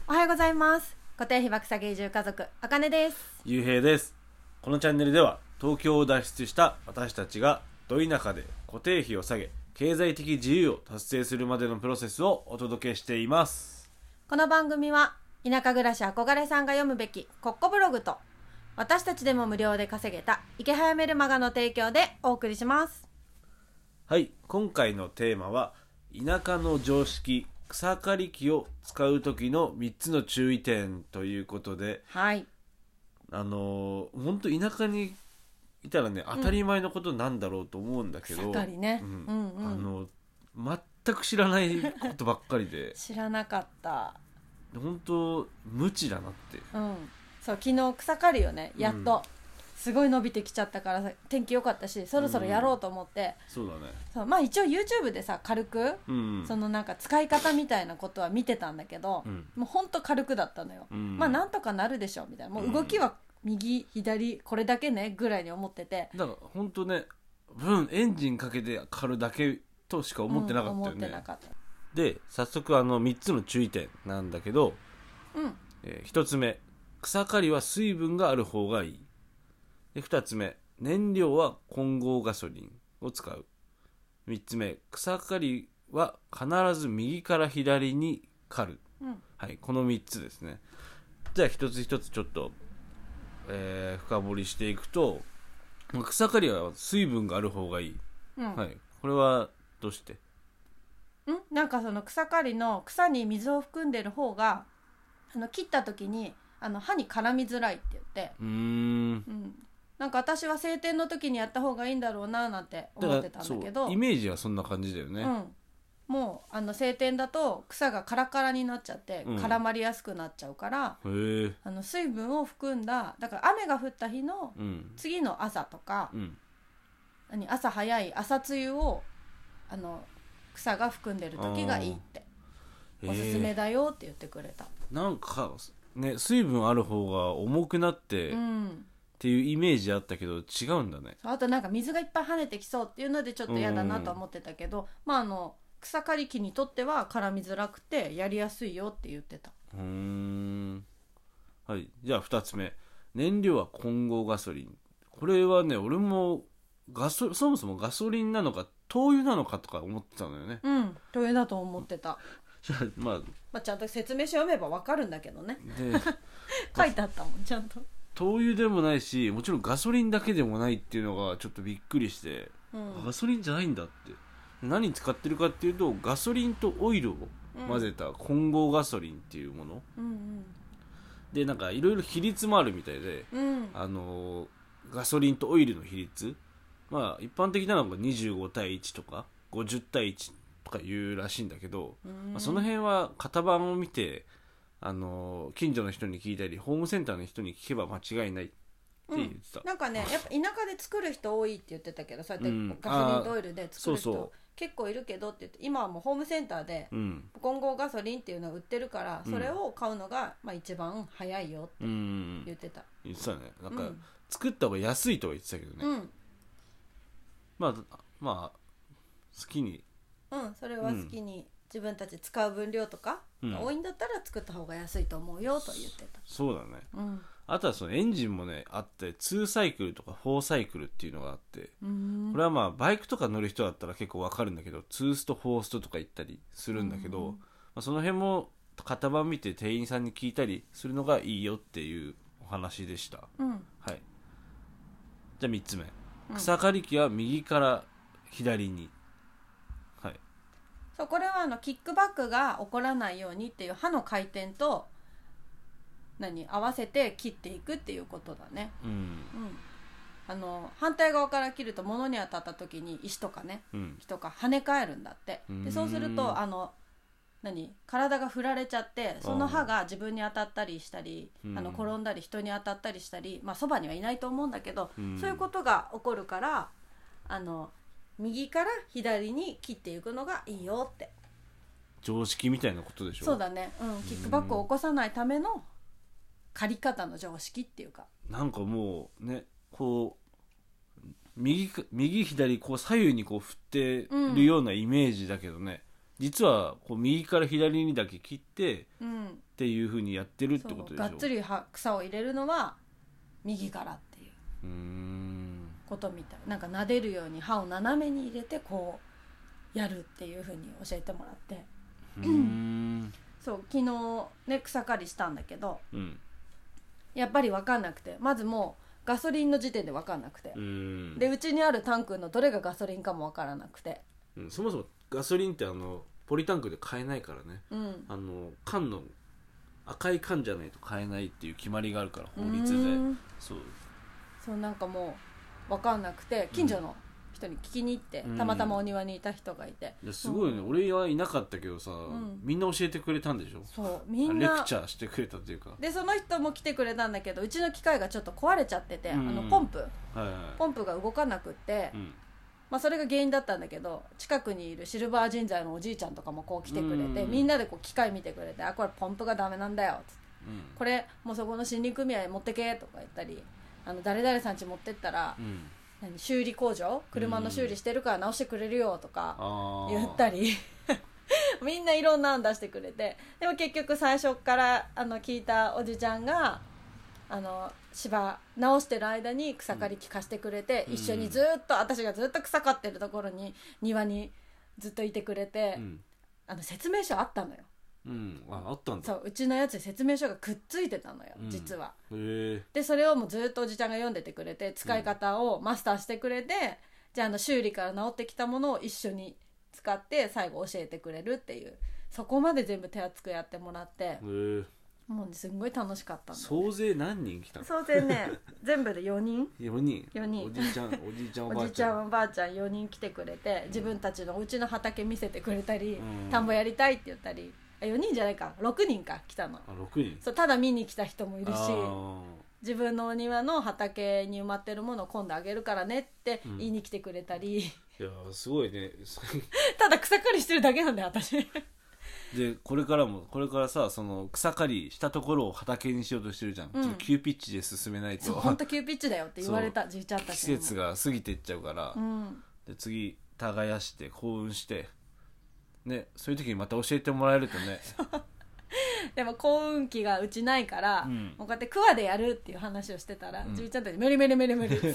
おはようございます。固定費爆下げ移住家族あかねです。 ゆうへいです。このチャンネルでは東京を脱出した私たちがど田舎で固定費を下げ経済的自由を達成するまでのプロセスをお届けしています。 この番組は田舎暮らし憧れさんが読むべきコッコブログと私たちでも無料で稼げた池早メルマガの提供でお送りします。 はい、今回のテーマは田舎の常識草刈り機を使う時の3つの注意点ということで、 はい。 本当田舎にいたらね、当たり前のことなんだろうと思うんだけど、 草刈りね、 全く知らないことばっかりで知らなかった。 本当無知だなって。 そう、昨日草刈りをねやっと、すごい伸びてきちゃったからさ、天気良かったしそろそろやろうと思って、 そうだね。 そうまあ一応 YouTube でさ軽く、そのなんか使い方みたいなことは見てたんだけど、もうほんと軽くだったのよ、まあなんとかなるでしょみたいな、もう動きは右左これだけねぐらいに思ってて、 だから本当ね、エンジンかけて刈るだけとしか思ってなかったよね、 思ってなかった。 で早速3つの注意点なんだけど、1つ目、草刈りは水分がある方がいい。で2つ目、燃料は混合ガソリンを使う。3つ目、草刈りは必ず右から左に刈る、はい、この3つですね。じゃあ一つ一つちょっと、深掘りしていくと、草刈りは水分がある方がいい、はい、これはどうして？ なんかその草刈りの草に水を含んでる方が切った時に刃に絡みづらいって言って、なんか私は晴天の時にやった方がいいんだろうななんて思ってたんだけど、 イメージはそんな感じだよね、 もう晴天だと草がカラカラになっちゃって絡まりやすくなっちゃうから、水分を含んだ、だから雨が降った日の次の朝とか、朝早い朝露を草が含んでる時がいいって、おすすめだよって言ってくれた。 なんかね、水分ある方が重くなって、っていうイメージあったけど違うんだね。 あとなんか水がいっぱい跳ねてきそうっていうのでちょっと嫌だなと思ってたけど、草刈り機にとっては絡みづらくてやりやすいよって言ってた。 はい、じゃあ2つ目、燃料は混合ガソリン。これはね、俺もそもそもガソリンなのか灯油なのかとか思ってたのよね。 灯油だと思ってた。 まあちゃんと説明書読めば分かるんだけどね。書いてあったもんちゃんと。 灯油でもないし、もちろんガソリンだけでもないっていうのがちょっとびっくりして、ガソリンじゃないんだって。何に使ってるかっていうと、ガソリンとオイルを混ぜた混合ガソリンっていうもの、でなんかいろいろ比率もあるみたいで、ガソリンとオイルの比率、一般的なのが25対1とか50対1とかいうらしいんだけど、その辺は型番を見て近所の人に聞いたりホームセンターの人に聞けば間違いないって言ってた。 なんかね、やっぱ田舎で作る人多いって言ってたけど、そうやってガソリンとオイルで作る人結構いるけどって言って、今はもうホームセンターで混合ガソリンっていうのを売ってるから、それを買うのが一番早いよって言ってた。 言ってたね。なんか作った方が安いとは言ってたけどね。好きに、 それは好きに、自分たち使う分量とかが多いんだったら作った方が安いと思うよと言ってた。 そうだね、あとはそのエンジンもねあって、2サイクルとか4サイクルっていうのがあって、これはバイクとか乗る人だったら結構わかるんだけど、2スト4ストとか言ったりするんだけど、その辺も型番見て店員さんに聞いたりするのがいいよっていうお話でした、はい。じゃあ3つ目、草刈り機は右から左に。 そう、これはキックバックが起こらないようにっていう刃の回転と合わせて切っていくっていうことだね。反対側から切ると物に当たった時に石とかね、人が跳ね返るんだって。でそうすると体が振られちゃって、その刃が自分に当たったりしたり、転んだり人に当たったりしたり、そばにはいないと思うんだけど、そういうことが起こるから右から左に切っていくのがいいよって。 常識みたいなことでしょ。 そうだね、キックバックを起こさないための借り方の常識っていうか、 なんかもうね、こう右左こう左右にこう振ってるようなイメージだけどね、 実はこう右から左にだけ切って、 うん、 っていう風にやってるってことでしょ。 がっつり草を入れるのは右からっていうことみたい。なんか撫でるように刃を斜めに入れてこうやるっていう風に教えてもらって、そう昨日ね草刈りしたんだけど、うん、やっぱり分かんなくて、まずもうガソリンの時点で分かんなくて、でうちにあるタンクのどれがガソリンかも分からなくて、 そもそもガソリンってポリタンクで買えないからね、缶の赤い缶じゃないと買えないっていう決まりがあるから、法律で。 そうなんかもう分かんなくて近所の人に聞きに行って、たまたまお庭にいた人がいて、 すごいね、俺はいなかったけどさ、みんな教えてくれたんでしょ。 そうみんなレクチャーしてくれたっていうか、 でその人も来てくれたんだけど、うちの機械がちょっと壊れちゃってて、ポンプが動かなくって、それが原因だったんだけど、近くにいるシルバー人材のおじいちゃんとかもこう来てくれて、みんなでこう機械見てくれて、これポンプがダメなんだよっつって、これもうそこの森林組合持ってけとか言ったり、誰々さん家持ってったら、修理工場車の修理してるから直してくれるよとか言ったりみんないろんな案出してくれて、でも結局最初から聞いたおじちゃんが芝直してる間に草刈り機貸してくれて、一緒にずっと私がずっと草刈ってるところに庭にずっといてくれて、説明書あったのよ。 あったんだ。 そう、うちのやつに説明書がくっついてたのよ、実は。でそれをもうずっとおじちゃんが読んでてくれて、使い方をマスターしてくれて、じゃあ修理から直ってきたものを一緒に使って最後教えてくれるっていう、そこまで全部手厚くやってもらって、もうすんごい楽しかったんだ、ね。 総勢何人来たの？ 総勢ね全部で4人 4人おじいちゃんおばあちゃんおじいちゃんおばあちゃん4人来てくれて、自分たちのうちの畑見せてくれたり、田んぼやりたいって言ったり、4人じゃないか6人か来たの。 6人。 そう、ただ見に来た人もいるし、自分のお庭の畑に埋まってるものを今度あげるからねって言いに来てくれたり、 いやすごいねただ草刈りしてるだけなんだよ私でこれからさ、その草刈りしたところを畑にしようとしてるじゃん、ちょっと急ピッチで進めないと。 ほんと急ピッチだよって言われた、じいちゃんたち季節が過ぎていっちゃうから、で次耕して幸運してね、そういう時にまた教えてもらえるとねでも幸運期がうちないから、もうこうやってクワでやるっていう話をしてたら、じいちゃんたち無理無理無理無理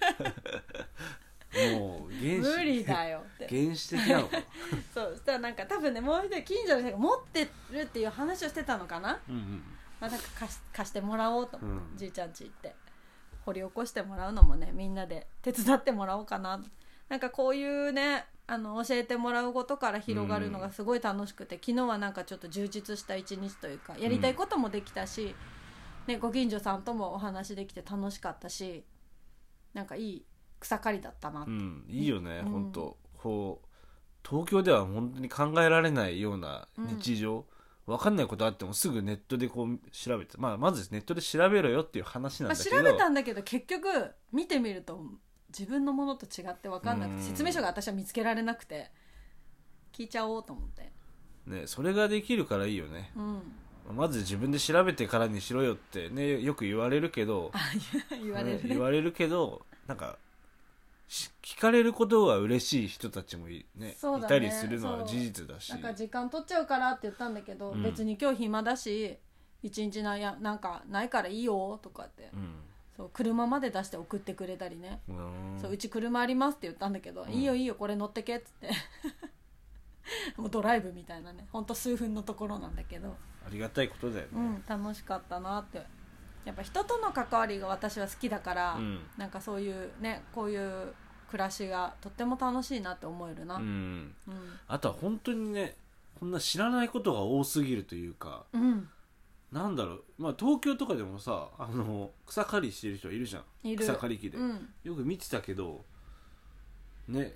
もう無理だよって原始的なのかそう、そしたらなんか多分ね、もう一人近所の人が持ってるっていう話をしてたのかな、なんか貸してもらおうと思って、じいちゃん家行って掘り起こしてもらうのもね、みんなで手伝ってもらおうかな。なんかこういうね、教えてもらうことから広がるのがすごい楽しくて、昨日はなんかちょっと充実した一日というか、やりたいこともできたし、ね、ご近所さんともお話できて楽しかったし、なんかいい草刈りだったなって、 いいよね、本当こう東京では本当に考えられないような日常、分かんないことあってもすぐネットでこう調べて、まずネットで調べろよっていう話なんだけど、 調べたんだけど結局見てみると自分のものと違って分かんなくて、説明書が私は見つけられなくて、聞いちゃおうと思ってね。それができるからいいよね、まず自分で調べてからにしろよってね、よく言われるけど言われるね、 言われるけど、なんか聞かれることが嬉しい人たちもいたりするのは事実だし、 なんか時間取っちゃうからって言ったんだけど、別に今日暇だし一日なんかないからいいよとかって、そう車まで出して送ってくれたりね、うち車ありますって言ったんだけど、いいよいいよこれ乗ってけっつってもうドライブみたいなね、ほんと数分のところなんだけど、 ありがたいことだよね、 楽しかったなって。やっぱ人との関わりが私は好きだから、なんかそういうね、こういう暮らしがとっても楽しいなって思えるな、 あとは本当にね、こんな知らないことが多すぎるというか、なんだろう、東京とかでもさ、草刈りしてる人いるじゃん、草刈り機で、よく見てたけどね、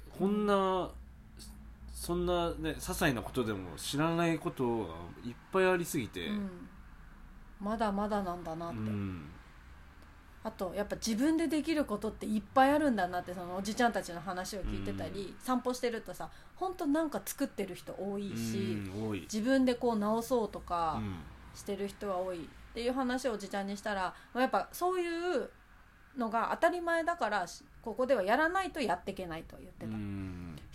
そんなね、些細なことでも知らないことがいっぱいありすぎて、 まだまだなんだなって、あとやっぱ自分でできることっていっぱいあるんだなって、そのおじちゃんたちの話を聞いてたり、散歩してるとさ、本当なんか作ってる人多いし、自分でこう直そうとかしてる人は多いっていう話をおじちゃんにしたら、やっぱそういうのが当たり前だから、ここではやらないとやっていけないと言ってた。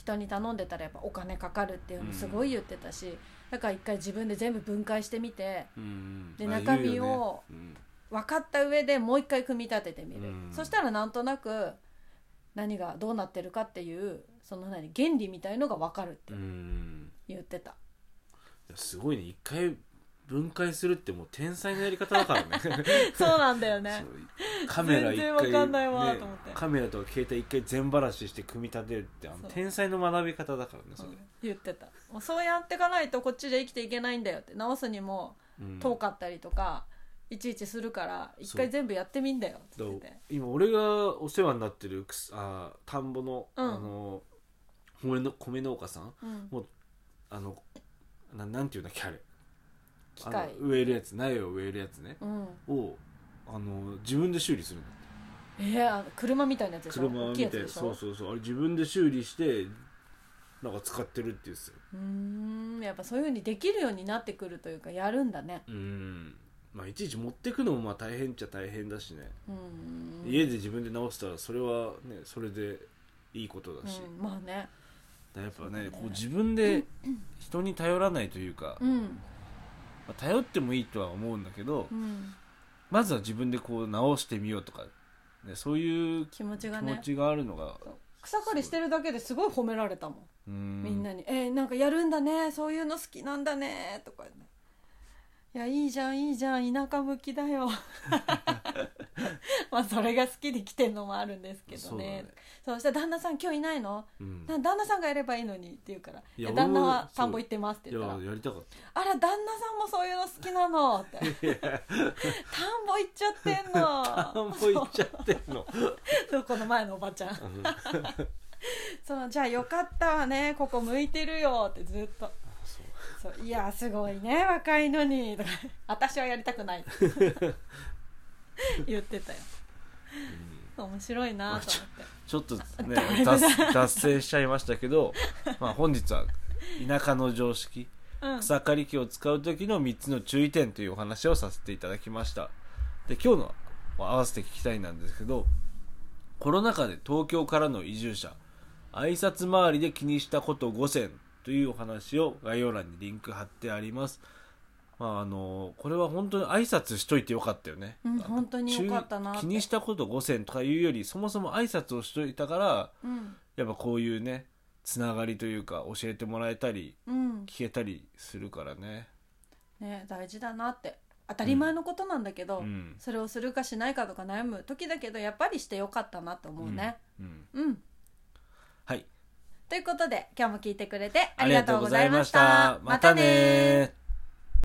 人に頼んでたらやっぱお金かかるっていうのもすごい言ってたし、だから一回自分で全部分解してみて、で中身を分かった上でもう一回組み立ててみる、そしたらなんとなく何がどうなってるかっていうその原理みたいのが分かるって言ってた。 すごいね、一回分解するってもう天才のやり方だからねそうなんだよね。 カメラ一回、 全然わかんないわと思って、 カメラと携帯一回全ばらしして組み立てるって天才の学び方だからね、それ、 言ってた。もうそうやっていかないとこっちじゃ生きていけないんだよって、直すにも遠かったりとか、いちいちするから一回全部やってみんだよって言ってて、 今俺がお世話になってる田んぼの、米農家さん、もうなんていうんだっけあれ、 機械植えるやつ、苗を植えるやつね、を自分で修理するの。 車みたいなやつでしょ。 車みたいな、そうあれ自分で修理してなんか使ってるって言うんですよ。 やっぱそういう風にできるようになってくるというか、やるんだね。 まあいちいち持ってくのもまあ大変っちゃ大変だしね。家で自分で直したらそれはね、それでいいことだし、 まあね、 やっぱね、こう自分で人に頼らないというか、頼ってもいいとは思うんだけど、まずは自分でこう直してみようとか、ね、そういう気持ちがあるのが、 草刈りしてるだけですごい褒められたもん。みんなになんかやるんだね、そういうの好きなんだねとか、いやいいじゃん田舎向きだよまあそれが好きで来てんのもあるんですけどね。そうしたら旦那さん今日いないの、旦那さんがやればいいのにって言うから、いや旦那は田んぼ行ってますって言ったら、 やりたかった。 あら旦那さんもそういうの好きなのって田んぼ行っちゃってんの田んぼ行っちゃってんのそうこの前のおばちゃんそうじゃあよかったわね、ここ向いてるよってずっと、そういやすごいね若いのにとか私はやりたくない言ってたよ。面白いなと思って、 ちょっとね脱線しちゃいましたけどまあ本日は田舎の常識、草刈り機を使う時の3つの注意点というお話をさせていただきました。で今日の合わせて聞きたいなんですけど、コロナ禍で東京からの移住者、挨拶回りで気にしたこと5選というお話を概要欄にリンク貼ってあります。これは本当に挨拶しといてよかったよね。 本当によかったなって。 気にしたこと5選とかいうより、そもそも挨拶をしといたから、やっぱこういうねつながりというか教えてもらえたり、聞けたりするからね。 大事だなって。当たり前のことなんだけど、それをするかしないかとか悩む時だけど、やっぱりしてよかったなと思うね。 はい。 ということで今日も聞いてくれてありがとうございました。 またね。